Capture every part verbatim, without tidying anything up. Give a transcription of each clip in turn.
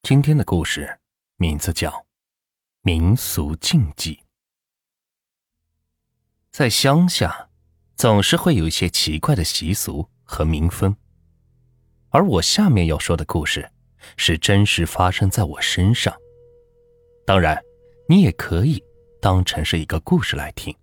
今天的故事名字叫民俗禁忌。在乡下总是会有一些奇怪的习俗和民风，而我下面要说的故事是真实发生在我身上。当然你也可以当成是一个故事来听。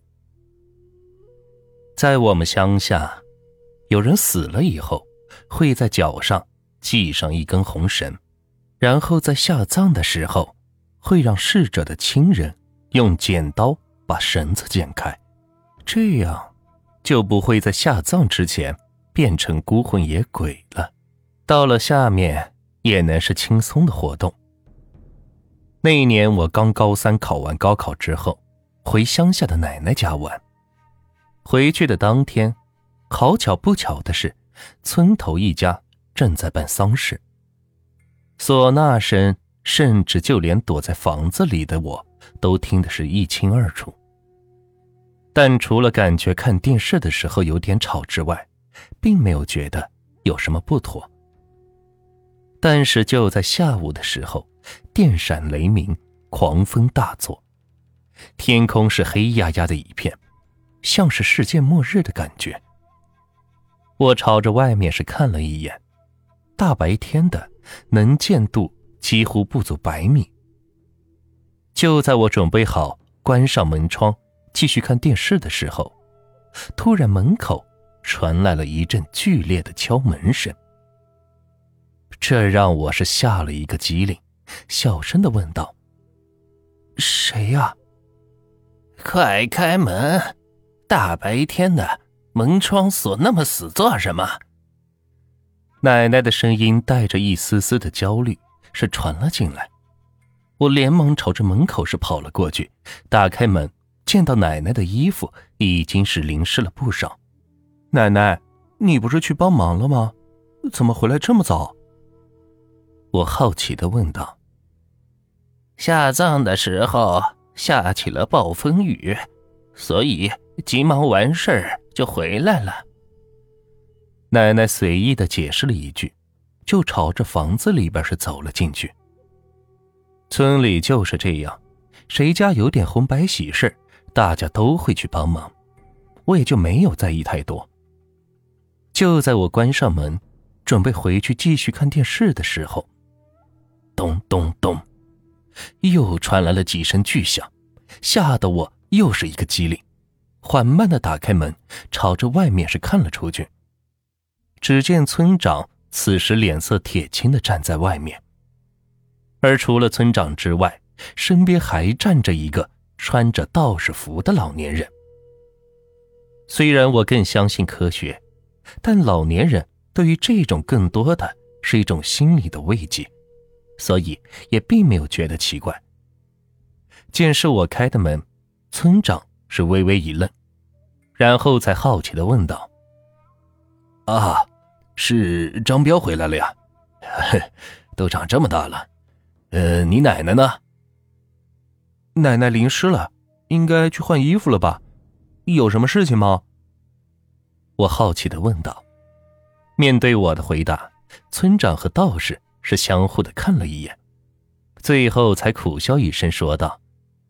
在我们乡下，有人死了以后会在脚上系上一根红绳，然后在下葬的时候会让逝者的亲人用剪刀把绳子剪开，这样就不会在下葬之前变成孤魂野鬼了，到了下面也能是轻松的活动。那一年我刚高三考完高考之后，回乡下的奶奶家玩。回去的当天，好巧不巧的是，村头一家正在办丧事，唢呐声甚至就连躲在房子里的我都听得是一清二楚。但除了感觉看电视的时候有点吵之外，并没有觉得有什么不妥。但是就在下午的时候，电闪雷鸣，狂风大作，天空是黑压压的一片，像是世界末日的感觉。我朝着外面是看了一眼，大白天的，能见度几乎不足百米。就在我准备好关上门窗继续看电视的时候，突然门口传来了一阵剧烈的敲门声。这让我是吓了一个激灵，小声地问道：谁呀？快开门，大白天的，门窗锁那么死做什么？奶奶的声音带着一丝丝的焦虑是传了进来。我连忙朝着门口是跑了过去，打开门，见到奶奶的衣服已经是淋湿了不少。奶奶，你不是去帮忙了吗？怎么回来这么早？我好奇地问道。下葬的时候下起了暴风雨，所以急忙完事儿就回来了。奶奶随意地解释了一句，就朝着房子里边是走了进去。村里就是这样，谁家有点红白喜事，大家都会去帮忙，我也就没有在意太多。就在我关上门准备回去继续看电视的时候，咚咚咚，又传来了几声巨响，吓得我又是一个机灵，缓慢地打开门，朝着外面是看了出去。只见村长此时脸色铁青地站在外面，而除了村长之外，身边还站着一个穿着道士服的老年人。虽然我更相信科学，但老年人对于这种更多的是一种心理的慰藉，所以也并没有觉得奇怪。见是我开的门，村长是微微一愣，然后才好奇地问道：啊，是张彪回来了呀？都长这么大了，呃，你奶奶呢？奶奶淋湿了，应该去换衣服了吧？有什么事情吗？我好奇地问道。面对我的回答，村长和道士是相互的看了一眼，最后才苦笑一声说道：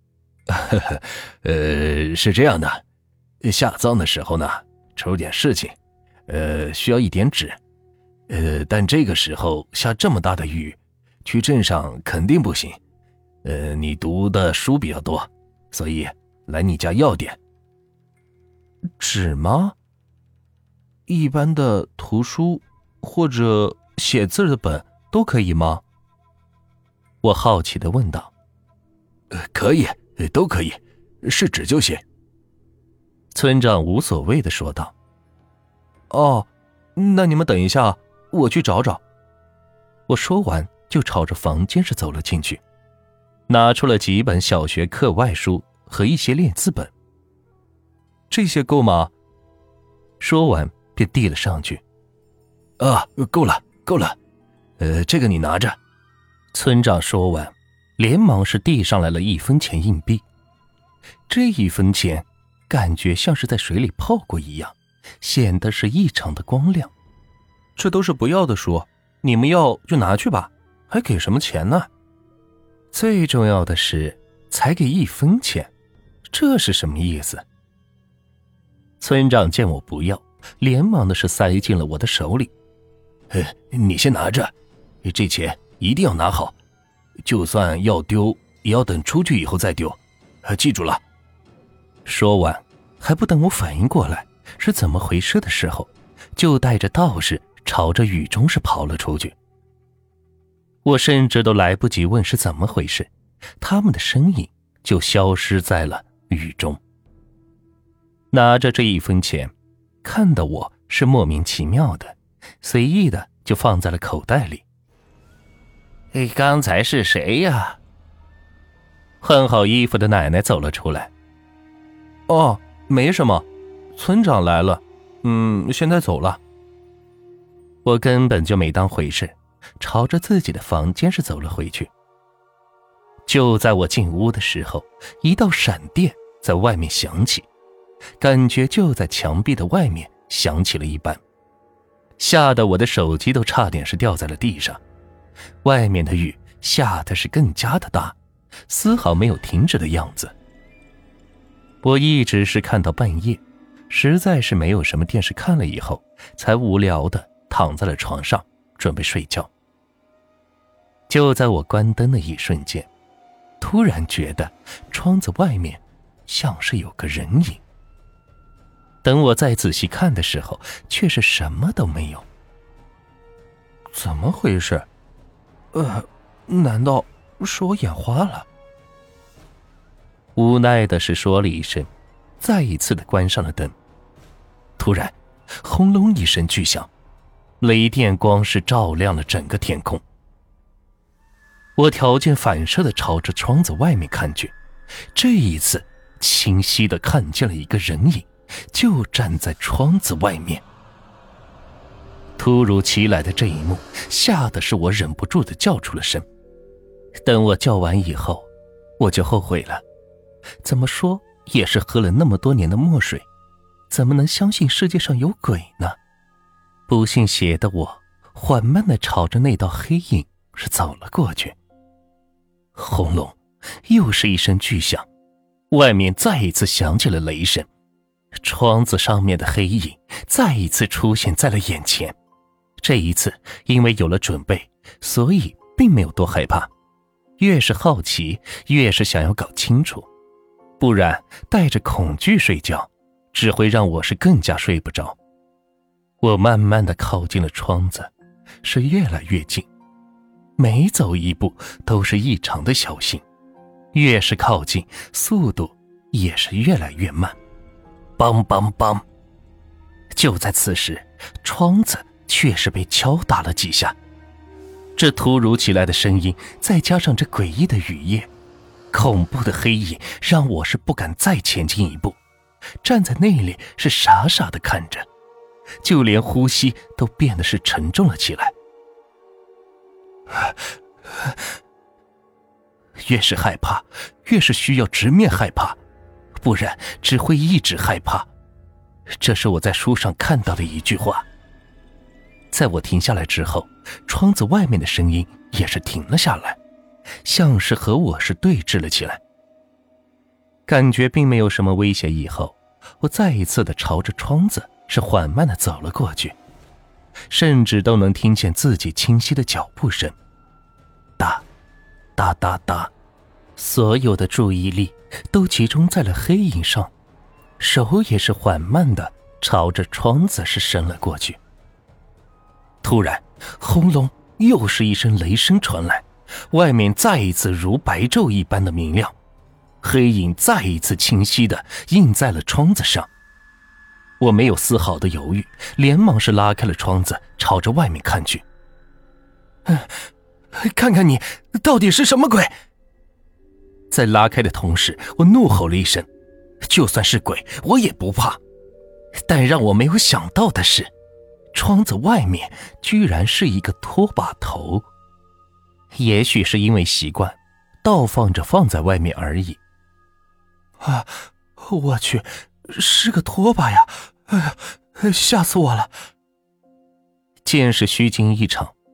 呃，是这样的，下葬的时候呢，出点事情，呃，需要一点纸，呃，但这个时候下这么大的雨，去镇上肯定不行。呃，你读的书比较多，所以来你家要点。纸吗？一般的图书或者写字的本都可以吗？我好奇地问道。呃，可以，都可以，是纸就行。村长无所谓地说道。哦，那你们等一下，我去找找。我说完就朝着房间是走了进去，拿出了几本小学课外书和一些练字本。这些够吗？说完便递了上去。啊，够了，够了，呃，这个你拿着。村长说完，连忙是递上来了一分钱硬币。这一分钱感觉像是在水里泡过一样，显得是异常的光亮。这都是不要的书，你们要就拿去吧， 还给什么钱呢？最重要的是才给一分钱，这是什么意思？村长见我不要，连忙的是塞进了我的手里。呃，你先拿着，这钱一定要拿好，就算要丢也要等出去以后再丢，呃，记住了。说完，还不等我反应过来是怎么回事的时候，就带着道士朝着雨中是跑了出去。我甚至都来不及问是怎么回事，他们的身影就消失在了雨中。拿着这一分钱，看得我是莫名其妙的，随意的就放在了口袋里。哎，刚才是谁呀？换好衣服的奶奶走了出来。哦，没什么，村长来了，嗯，现在走了。我根本就没当回事，朝着自己的房间是走了回去。就在我进屋的时候，一道闪电在外面响起，感觉就在墙壁的外面响起了一般，吓得我的手机都差点是掉在了地上。外面的雨下的是更加的大，丝毫没有停止的样子。我一直是看到半夜，实在是没有什么电视看了以后，才无聊的躺在了床上准备睡觉。就在我关灯的一瞬间，突然觉得窗子外面像是有个人影。等我再仔细看的时候，却是什么都没有。怎么回事？呃，难道是我眼花了？无奈的是说了一声，再一次的关上了灯。突然，轰隆一声巨响，雷电光是照亮了整个天空。我条件反射的朝着窗子外面看去，这一次清晰的看见了一个人影，就站在窗子外面。突如其来的这一幕吓得是我忍不住的叫出了声。等我叫完以后，我就后悔了，怎么说也是喝了那么多年的墨水，怎么能相信世界上有鬼呢？不信邪的我缓慢地朝着那道黑影是走了过去。轰隆，又是一声巨响，外面再一次响起了雷声，窗子上面的黑影再一次出现在了眼前。这一次因为有了准备，所以并没有多害怕，越是好奇越是想要搞清楚，不然带着恐惧睡觉只会让我是更加睡不着。我慢慢地靠近了窗子，是越来越近，每走一步都是异常的小心，越是靠近速度也是越来越慢。梆梆梆，就在此时，窗子却是被敲打了几下。这突如其来的声音再加上这诡异的雨夜，恐怖的黑影让我是不敢再前进一步，站在那里是傻傻的看着，就连呼吸都变得是沉重了起来。越是害怕，越是需要直面害怕，不然只会一直害怕。这是我在书上看到的一句话。在我停下来之后，窗子外面的声音也是停了下来，像是和我是对峙了起来。感觉并没有什么威胁以后，我再一次的朝着窗子是缓慢的走了过去，甚至都能听见自己清晰的脚步声，哒哒哒哒，所有的注意力都集中在了黑影上，手也是缓慢的朝着窗子是伸了过去。突然，轰隆，又是一声雷声传来，外面再一次如白昼一般的明亮，黑影再一次清晰的映在了窗子上。我没有丝毫的犹豫，连忙是拉开了窗子，朝着外面看去。看看你到底是什么鬼！在拉开的同时，我怒吼了一声，就算是鬼我也不怕。但让我没有想到的是，窗子外面居然是一个拖把头。也许是因为习惯，倒放着放在外面而已。啊，我去，是个拖把呀！哎呀，吓死我了！见是虚惊一场，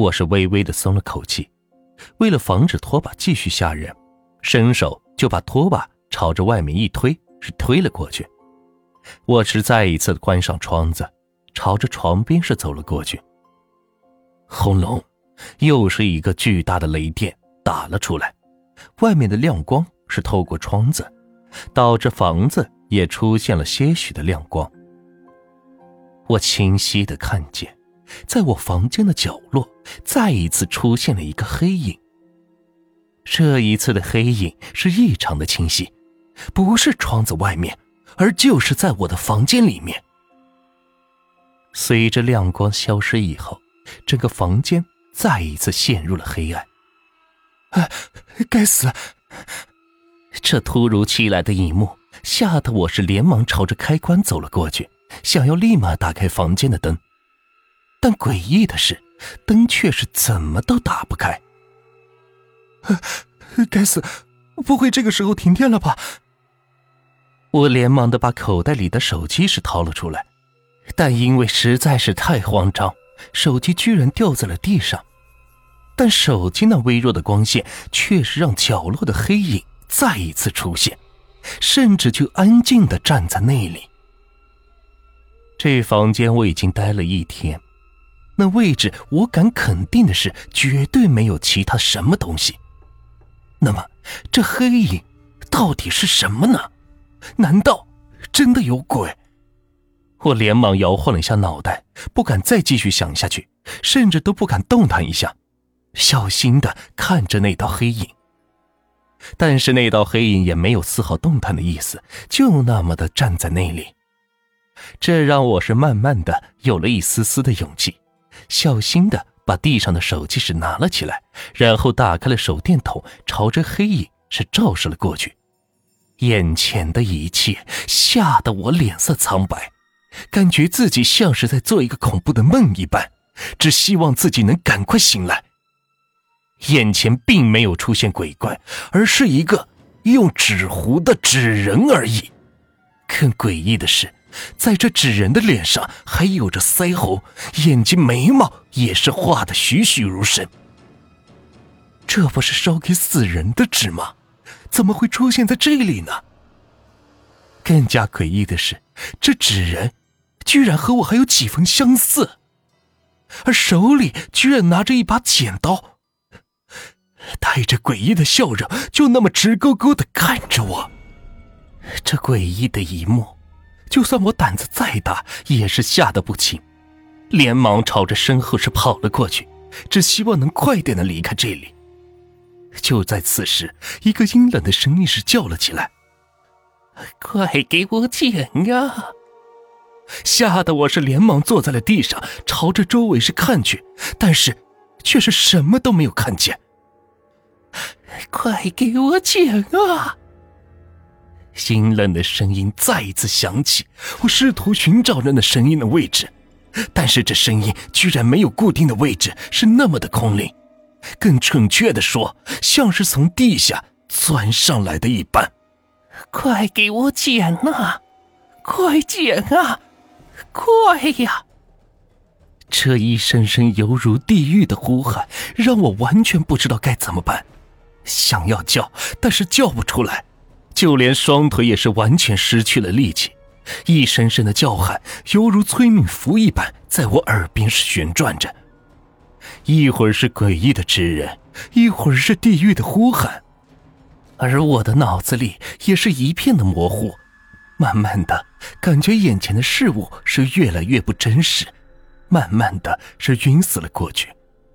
我是微微的松了口气，为了防止拖把继续吓人，伸手就把拖把朝着外面一推，是推了过去。我是再一次关上窗子，朝着床边是走了过去。轰隆，又是一个巨大的雷电打了出来，外面的亮光是透过窗子，导致房子也出现了些许的亮光。我清晰地看见，在我房间的角落再一次出现了一个黑影。这一次的黑影是异常的清晰，不是窗子外面，而就是在我的房间里面。随着亮光消失以后，整个房间再一次陷入了黑暗。啊，该死！这突如其来的一幕吓得我是连忙朝着开关走了过去，想要立马打开房间的灯。但诡异的是，灯却是怎么都打不开。啊，该死，不会这个时候停电了吧？我连忙的把口袋里的手机是掏了出来，但因为实在是太慌张，手机居然掉在了地上。但手机那微弱的光线却是让角落的黑影再一次出现，甚至就安静地站在那里。这房间我已经待了一天，那位置我敢肯定的是绝对没有其他什么东西。那么这黑影到底是什么呢？难道真的有鬼？我连忙摇晃了一下脑袋，不敢再继续想下去，甚至都不敢动弹一下，小心地看着那道黑影。但是那道黑影也没有丝毫动弹的意思，就那么的站在那里。这让我是慢慢的有了一丝丝的勇气，小心的把地上的手机是拿了起来，然后打开了手电筒，朝着黑影是照射了过去。眼前的一切吓得我脸色苍白，感觉自己像是在做一个恐怖的梦一般，只希望自己能赶快醒来。眼前并没有出现鬼怪，而是一个用纸糊的纸人而已。更诡异的是，在这纸人的脸上还有着腮红，眼睛眉毛也是画得栩栩如生。这不是烧给死人的纸吗？怎么会出现在这里呢？更加诡异的是，这纸人居然和我还有几分相似，而手里居然拿着一把剪刀，带着诡异的笑容，就那么直勾勾地看着我。这诡异的一幕，就算我胆子再大，也是吓得不轻，连忙朝着身后是跑了过去，只希望能快点地离开这里。就在此时，一个阴冷的声音是叫了起来：“快给我剪呀！”吓得我是连忙坐在了地上，朝着周围是看去，但是却是什么都没有看见。快给我剪啊！阴冷的声音再一次响起，我试图寻找着那声音的位置，但是这声音居然没有固定的位置，是那么的空灵，更准确的说，像是从地下钻上来的一般。快给我剪啊！快剪啊！快呀！这一声声犹如地狱的呼喊，让我完全不知道该怎么办。想要叫，但是叫不出来，就连双腿也是完全失去了力气。一声声的叫喊犹如催命符一般，在我耳边是旋转着，一会儿是诡异的纸人，一会儿是地狱的呼喊，而我的脑子里也是一片的模糊，慢慢的感觉眼前的事物是越来越不真实，慢慢的是晕死了过去。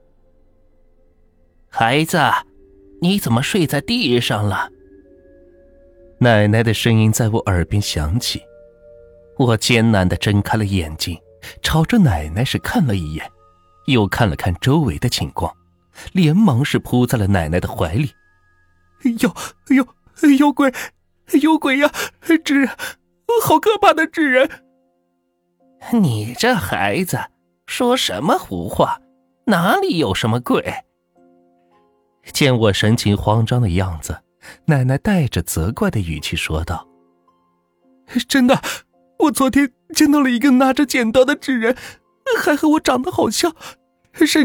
孩子，你怎么睡在地上了？奶奶的声音在我耳边响起，我艰难地睁开了眼睛，朝着奶奶是看了一眼，又看了看周围的情况，连忙是扑在了奶奶的怀里。有有有鬼，有鬼呀！纸人，好可怕的纸人！你这孩子说什么胡话，哪里有什么鬼？见我神情慌张的样子，奶奶带着责怪的语气说道：真的，我昨天见到了一个拿着剪刀的纸人，还和我长得好像，甚至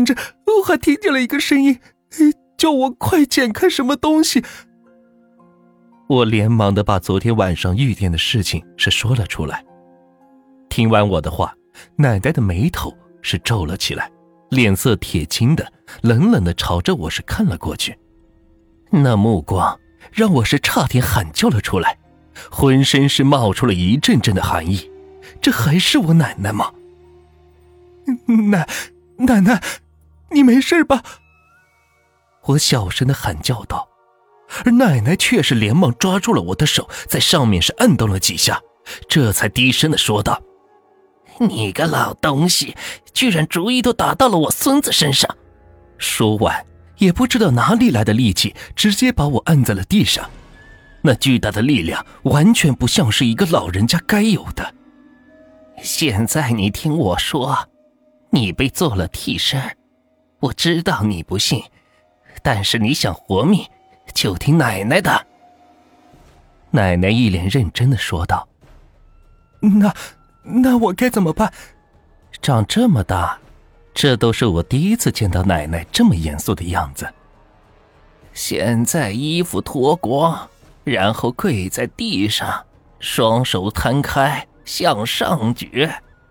我还听见了一个声音，叫我快捡开什么东西。 我连忙的把昨天晚上遇见的事情是说了出来。听完我的话，奶奶的眉头是皱了起来，脸色铁青的冷冷的朝着我是看了过去，那目光让我是差点喊叫了出来，浑身是冒出了一阵阵的寒意。这还是我奶奶吗？ 奶奶奶，你没事吧？ 我小声的喊叫道，而奶奶却是连忙抓住了我的手，在上面是按动了几下，这才低声的说道：你个老东西，居然主意都打到了我孙子身上。说完也不知道哪里来的力气，直接把我按在了地上。那巨大的力量完全不像是一个老人家该有的。现在你听我说，你被做了替身，我知道你不信，但是你想活命就听奶奶的。奶奶一脸认真的说道。 那那我该怎么办？ 长这么大，这都是我第一次见到奶奶这么严肃的样子。现在衣服脱光，然后跪在地上，双手摊开向上举。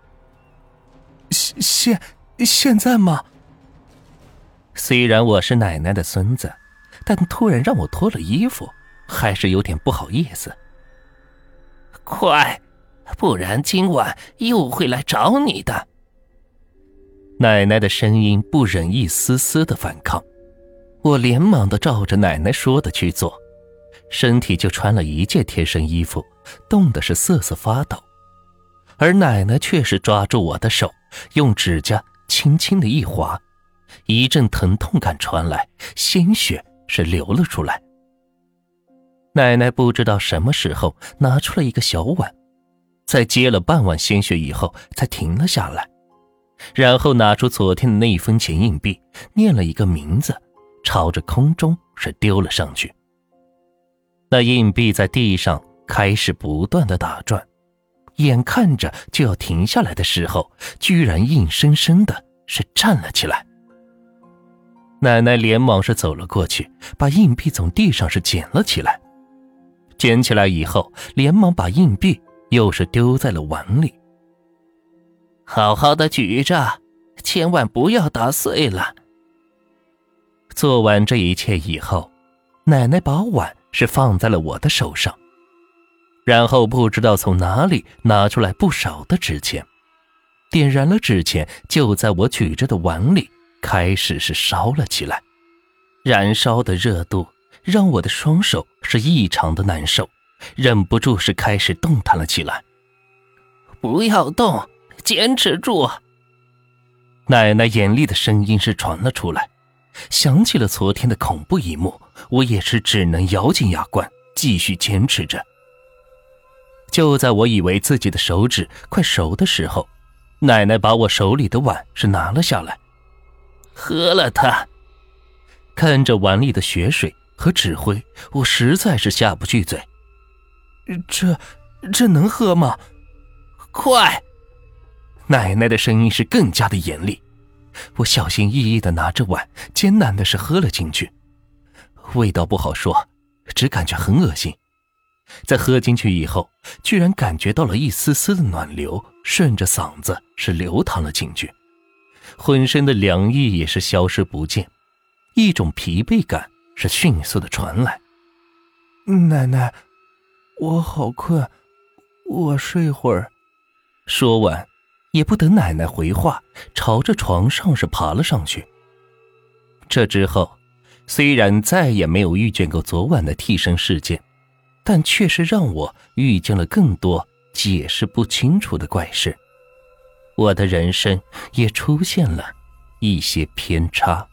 现现在吗？ 虽然我是奶奶的孙子，但突然让我脱了衣服，还是有点不好意思。快，不然今晚又会来找你的。奶奶的声音不忍一丝丝的反抗，我连忙的照着奶奶说的去做，身体就穿了一件贴身衣服，冻得是瑟瑟发抖。而奶奶却是抓住我的手，用指甲轻轻的一划，一阵疼痛感传来，鲜血是流了出来。奶奶不知道什么时候拿出了一个小碗，在接了半碗鲜血以后才停了下来，然后拿出昨天的那一分钱硬币，念了一个名字，朝着空中是丢了上去。那硬币在地上开始不断的打转，眼看着就要停下来的时候，居然硬生生的是站了起来。奶奶连忙是走了过去，把硬币从地上是捡了起来，捡起来以后连忙把硬币又是丢在了碗里。好好的举着，千万不要打碎了。做完这一切以后，奶奶把碗是放在了我的手上，然后不知道从哪里拿出来不少的纸钱，点燃了纸钱，就在我举着的碗里开始是烧了起来。燃烧的热度让我的双手是异常的难受，忍不住是开始动弹了起来。不要动，坚持住！奶奶严厉的声音是传了出来。想起了昨天的恐怖一幕，我也是只能咬紧牙关继续坚持着。就在我以为自己的手指快熟的时候，奶奶把我手里的碗是拿了下来。喝了它。看着碗里的血水和纸灰，我实在是下不去嘴。 这这能喝吗？ 快！奶奶的声音是更加的严厉。我小心翼翼地拿着碗，艰难的是喝了进去。味道不好说，只感觉很恶心。在喝进去以后，居然感觉到了一丝丝的暖流顺着嗓子是流淌了进去，浑身的凉意也是消失不见，一种疲惫感是迅速的传来。 奶奶，我好困，我睡会儿。 说完也不等奶奶回话，朝着床上是爬了上去。这之后虽然再也没有遇见过昨晚的替身事件，但却是让我遇见了更多解释不清楚的怪事，我的人生也出现了一些偏差。